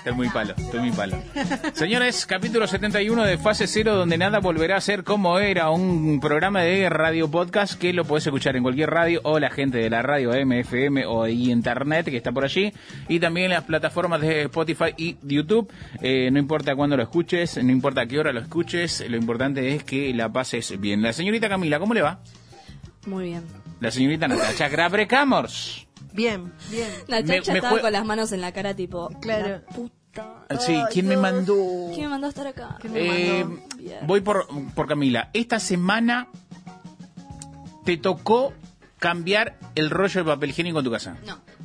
Estoy muy palo. Señores, capítulo 71 de Fase Cero, donde nada volverá a ser como era, un programa de radio podcast que lo podés escuchar en cualquier radio o la gente de la radio MFM o internet que está por allí, y también en las plataformas de Spotify y YouTube. No importa cuándo lo escuches, no importa a qué hora lo escuches, lo importante es que la pases bien. La señorita Camila, ¿cómo le va? Muy bien. La señorita Natacha Grabre-Camors. Bien. Natacha estaba con las manos en la cara, tipo, claro. La puta. Sí, ¿quién me mandó? ¿Quién me mandó a estar acá? Voy por Camila. Esta semana te tocó cambiar el rollo de papel higiénico en tu casa.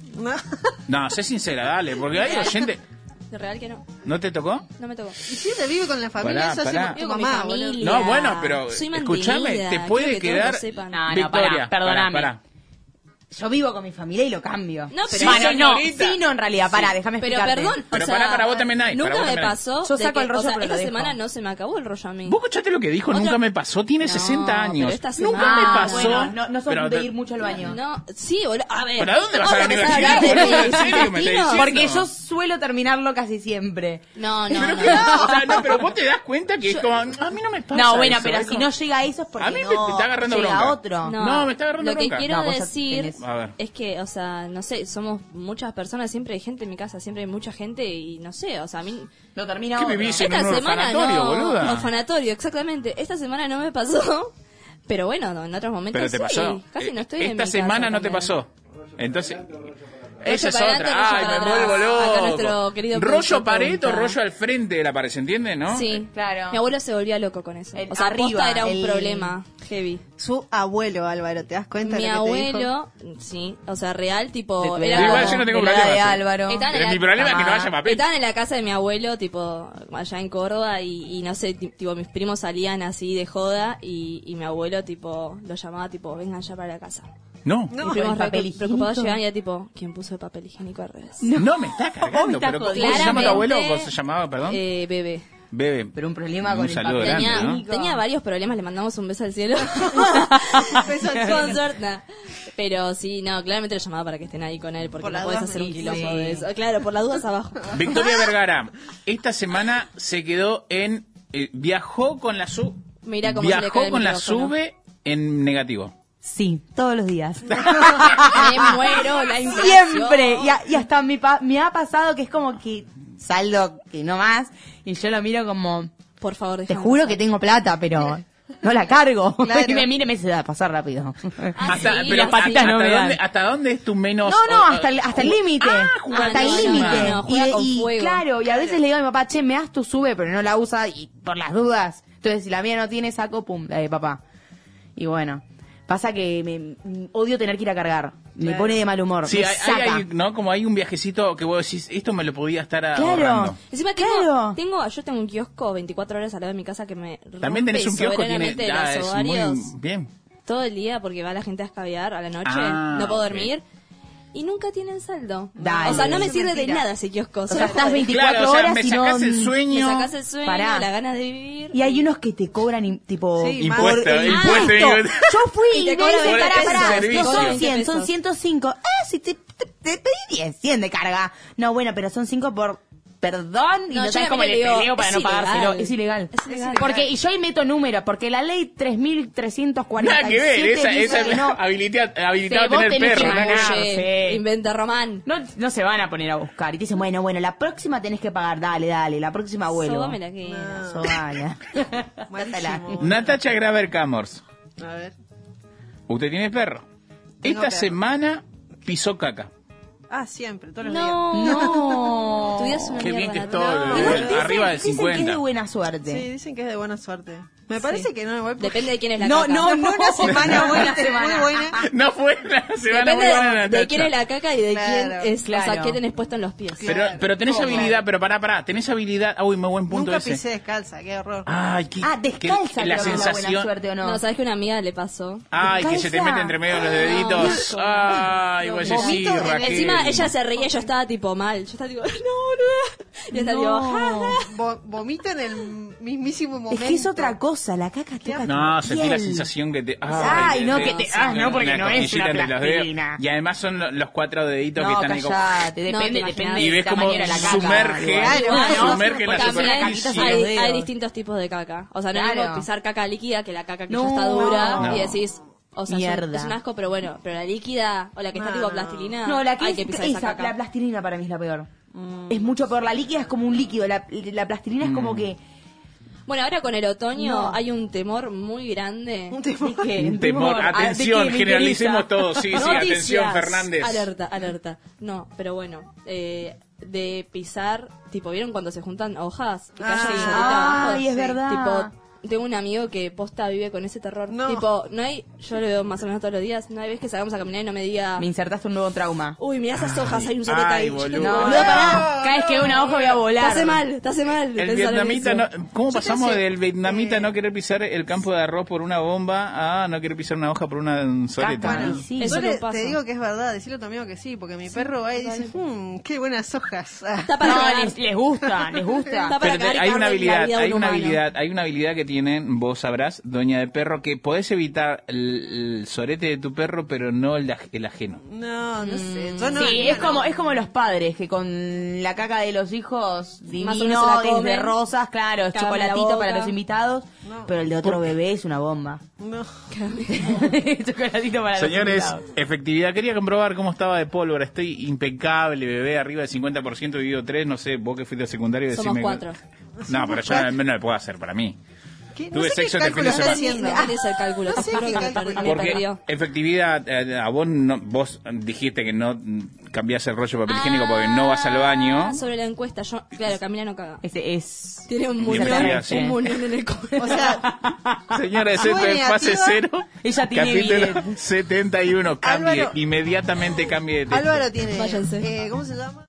No, sé sincera, dale, porque hay oyente. ¿De real que no? ¿No te tocó? No me tocó. Y si te vive con la familia, Vivo con mi familia. No, bueno, pero escúchame, te puede quedar. Victoria, perdóname. Yo vivo con mi familia y lo cambio. No, pero en realidad, déjame explicarte. Pero perdón, pero para vos también hay. Nunca me pasó. Yo saco el rollo, pero esta semana no se me acabó el rollo a mí. ¿Vos escuchaste lo que dijo? Nunca me pasó, tiene 60 años. Nunca me pasó. Bueno, no sos de ir mucho al baño. No, sí, a ver. ¿Pero a dónde vas a la universidad? ¿En serio me estás diciendo? Porque yo suelo terminarlo casi siempre. No. Pero vos te das cuenta que es como, a mí no me pasa. No, bueno, eso, pero si no llega a eso es porque a mí me está agarrando llega bronca. otro. No, me está agarrando bronca. Lo que quiero decir es que, o sea, no sé, somos muchas personas, siempre hay gente en mi casa, siempre hay mucha gente y no sé, o sea, a mí... Lo termina ¿Qué otro. vivís en Esta un semana orfanatorio, boluda? Orfanatorio, exactamente. Esta semana no me pasó, pero bueno, en otros momentos pero te pasó. Casi no estoy en mi Esta casa semana no te también. pasó. Entonces... Esa es otra. Ay, me vuelvo Acá loco. nuestro querido Rollo pared o pregunta. rollo al frente de la pared, ¿se entiende, no? Sí, claro. Mi abuelo se volvía loco con eso. O sea, arriba, posta era un problema heavy. Su abuelo, Álvaro, ¿te das cuenta Mi de lo que te dijo? abuelo, sí, o sea, real, tipo... De era igual como- yo no tengo de la problema. de sí. Álvaro. Mi problema es que no haya papel. Estaban en la casa de mi abuelo, tipo, allá en Córdoba, y no sé, tipo, mis primos salían así de joda, y mi abuelo, tipo, lo llamaba, tipo, vengan ya para la casa. No. Mis primos ¿el papel higiénico? preocupados llegaban y era tipo, ¿quién puso el papel higiénico al revés? No me está cargando. Pero ¿cómo se llama tu abuelo? ¿Cómo se llamaba, perdón? Bebé. Bebe. Pero un problema con Un el saludo papel grande, ¿no? higiénico. Tenía varios problemas, le mandamos un beso al cielo. Beso al cielo. Con suerte, nah. Pero sí, no, claramente lo llamaba para que estén ahí con él, porque Por no las podés dudas, hacer un sí, quilombo sí. de eso. Claro, por las dudas abajo. Victoria Vergara, esta semana se quedó en... viajó con la Mirá cómo se le cae viajó el con la micrófono. sube en negativo. Sí, todos los días. Me muero la impresión. Siempre. Y hasta me ha pasado que es como que saldo que no más y yo lo miro como, Por favor, te déjame juro pasar. que tengo plata, pero no la cargo. Claro. Y me mira y me dice, pasar rápido. Ah, sí, pero las patitas no me dan. ¿hasta dónde es tu menos? No, hasta el límite. jugá Hasta el no, límite. no, juega con fuego. Claro, y a veces le digo a mi papá, che, me das tu sube, pero no la usa y por las dudas. Entonces, si la mía no tiene, saco, pum, la de papá. Y bueno, pasa que me odio tener que ir a cargar. Me Claro. pone de mal humor. Sí, me hay, saca. ¿no? Como hay un viajecito que vos decís, esto me lo podía estar Claro. ahorrando. Encima Claro. yo tengo un kiosco 24 horas al lado de mi casa que me También tenés un kiosco, tiene... soberanamente Ah, los es ovarios muy bien. todo el día porque va la gente a escabear a la noche, Ah, no puedo ok. dormir. Y nunca tienen saldo. Dale. O sea, no me Eso sirve es de mentira. nada ese kiosco. O sea, solo estás jode. 24 Claro, o sea, horas me y sacás no... el sueño. Me sacás el sueño, Pará. la ganas de vivir. Y hay unos que te cobran tipo... Sí, Impuesto, por- impuesto. Yo fui Y y te me cobran dice, 20 pará, pesos. no son Servicio. 100, son 105. Si te pedí 10, 100 de carga. No, bueno, pero son 5 por... Perdón, y No, no yo sabes a cómo mí le le digo, peleo para es no pagárselo. ilegal. Es ilegal. Es ilegal. Porque, y yo ahí meto números, porque la ley 3347 Nada que ver, esa dice que no. habilitada a Sí, tener vos tenés perro. que nada que ver. ganar. Oye, sí. inventa Román. No se van a poner a buscar. Y te dicen, bueno, la próxima tenés que pagar. Dale, la próxima vuelvo. Sobame la que No. Sobala. Malísimo. Natacha Graver-Camors, A ver. usted tiene perro. Tengo Esta perro. semana pisó caca. Ah, siempre, todos los días. No. Tu vida es una Qué bien mierda, que Natalia. estoy, Igual arriba de dicen que es 50. de buena suerte. Sí, dicen que es de buena suerte. Me parece que no, igual. Depende de quién es la No, caca. no, Fue una semana buena, Una semana. muy buena. No fue la semana Depende muy buena, de Natacha. quién es la caca y de Claro, quién es, o sea, claro. qué tenés puesto en los pies. Pero tenés habilidad, pero pará, tenés habilidad. Uy, muy buen punto Nunca ese. pisé descalza, qué horror. Ay, qué, descalza que la creo que es la buena sensación. suerte o no. No, sabes que una amiga le pasó. Ay, que se te ¿Descalza? mete entre medio de los deditos. Ay, vos decís, sí, Vomito en el- Raquel. Encima ella se reía y yo estaba tipo mal. Yo estaba tipo, no. Y está tipo, Vomita en el mismísimo momento. Es que es otra cosa, la caca toca No, tu sentí la piel. sensación que te... Ay, no, que te... no, porque no es una cosquillita entre los dedos. plastilina. Y además son los 4 deditos que No, están ahí como... callate, No, depende, te depende imaginas. Y del ves como tamaño de la caca. sumerge, Claro, sumerge en la porque también caquitas en los superficie. dedos. hay distintos tipos de caca. O sea, no es Claro. como pisar caca líquida que la caca que No, ya está dura no. y decís, o sea, Mierda. es un asco, pero bueno, pero la líquida o la que está No, tipo no. plastilina, No, la que hay es que pisar esa, esa caca. la plastilina para mí es la peor. Es mucho peor. La líquida es como un líquido, la plastilina es como que... Bueno, ahora con el otoño No. hay un temor muy grande. Un temor. ¿Qué? Un temor. Ah, ¿de Atención, qué, mi generalicemos querida? todo. Sí, sí, Noticias. atención, Fernández. Alerta, alerta. No, pero bueno, de pisar, tipo, ¿vieron cuando se juntan hojas? Y cae Ah, el sí. solita abajo? Ay, es verdad. Tipo, tengo un amigo que posta vive con ese terror. No. Tipo, no hay, yo lo veo más o menos todos los días, no hay vez que salgamos a caminar y no me diga, Me insertaste un nuevo trauma. uy, mirá esas hojas, hay un solita ay, ahí. Yo boludo. tipo, No, boludo, pará. Cada vez que veo una hoja voy a volar. Te hace mal. El pensar en vietnamita, eso. no, ¿cómo Yo te pasamos decía, del vietnamita no querer pisar el campo de arroz por una bomba a no querer pisar una hoja por una soleta? Caca. Bueno, Ay, sí. Eso yo no pasa. te digo que es verdad, decirle a tu amigo que sí, porque mi perro va y dice, qué buenas hojas. Ah. Está para No, cagar. les gusta, les gusta. Está para Pero cagar y hay una cagarle la habilidad, vida a hay un una humano. habilidad, hay una habilidad que tienen, vos sabrás, doña de perro, que podés evitar el sorete de tu perro, pero no el ajeno. No, no sé. Yo no, Sí, mira, es como los padres que con la caca de los hijos Más o menos divino, se la desde comen. rosas, claro, Cagan en la chocolatito boca. para los invitados, No. pero el de otro bebé es una bomba. No. Chocolatito para Señores, los invitados. efectividad, quería comprobar cómo estaba de pólvora. Estoy impecable, bebé, arriba del 50%, vivido 3, no sé, vos que fuiste al secundario, Somos decime... 4. No, pero yo no le puedo hacer para mí. ¿Qué? Tuve sé qué sexo este fin de cálculo está semana. haciendo. No tenés el cálculo, No te sé juro qué que me cálculo. me Porque perdió. efectividad, a vos vos dijiste que no cambiás el rollo de papel higiénico porque no vas al baño. Sobre la encuesta, yo, claro, Camila no caga. Ese es... Tiene un Bien, muñón, Camila, sí. un muñón en el culo. O sea, Señores, Muy esto es fase negativa. 0. Ella tiene Capítulo bidet. 71. Cambie, Álvaro- inmediatamente cambie de tema. Álvaro tiene... Váyanse. ¿Cómo se llama?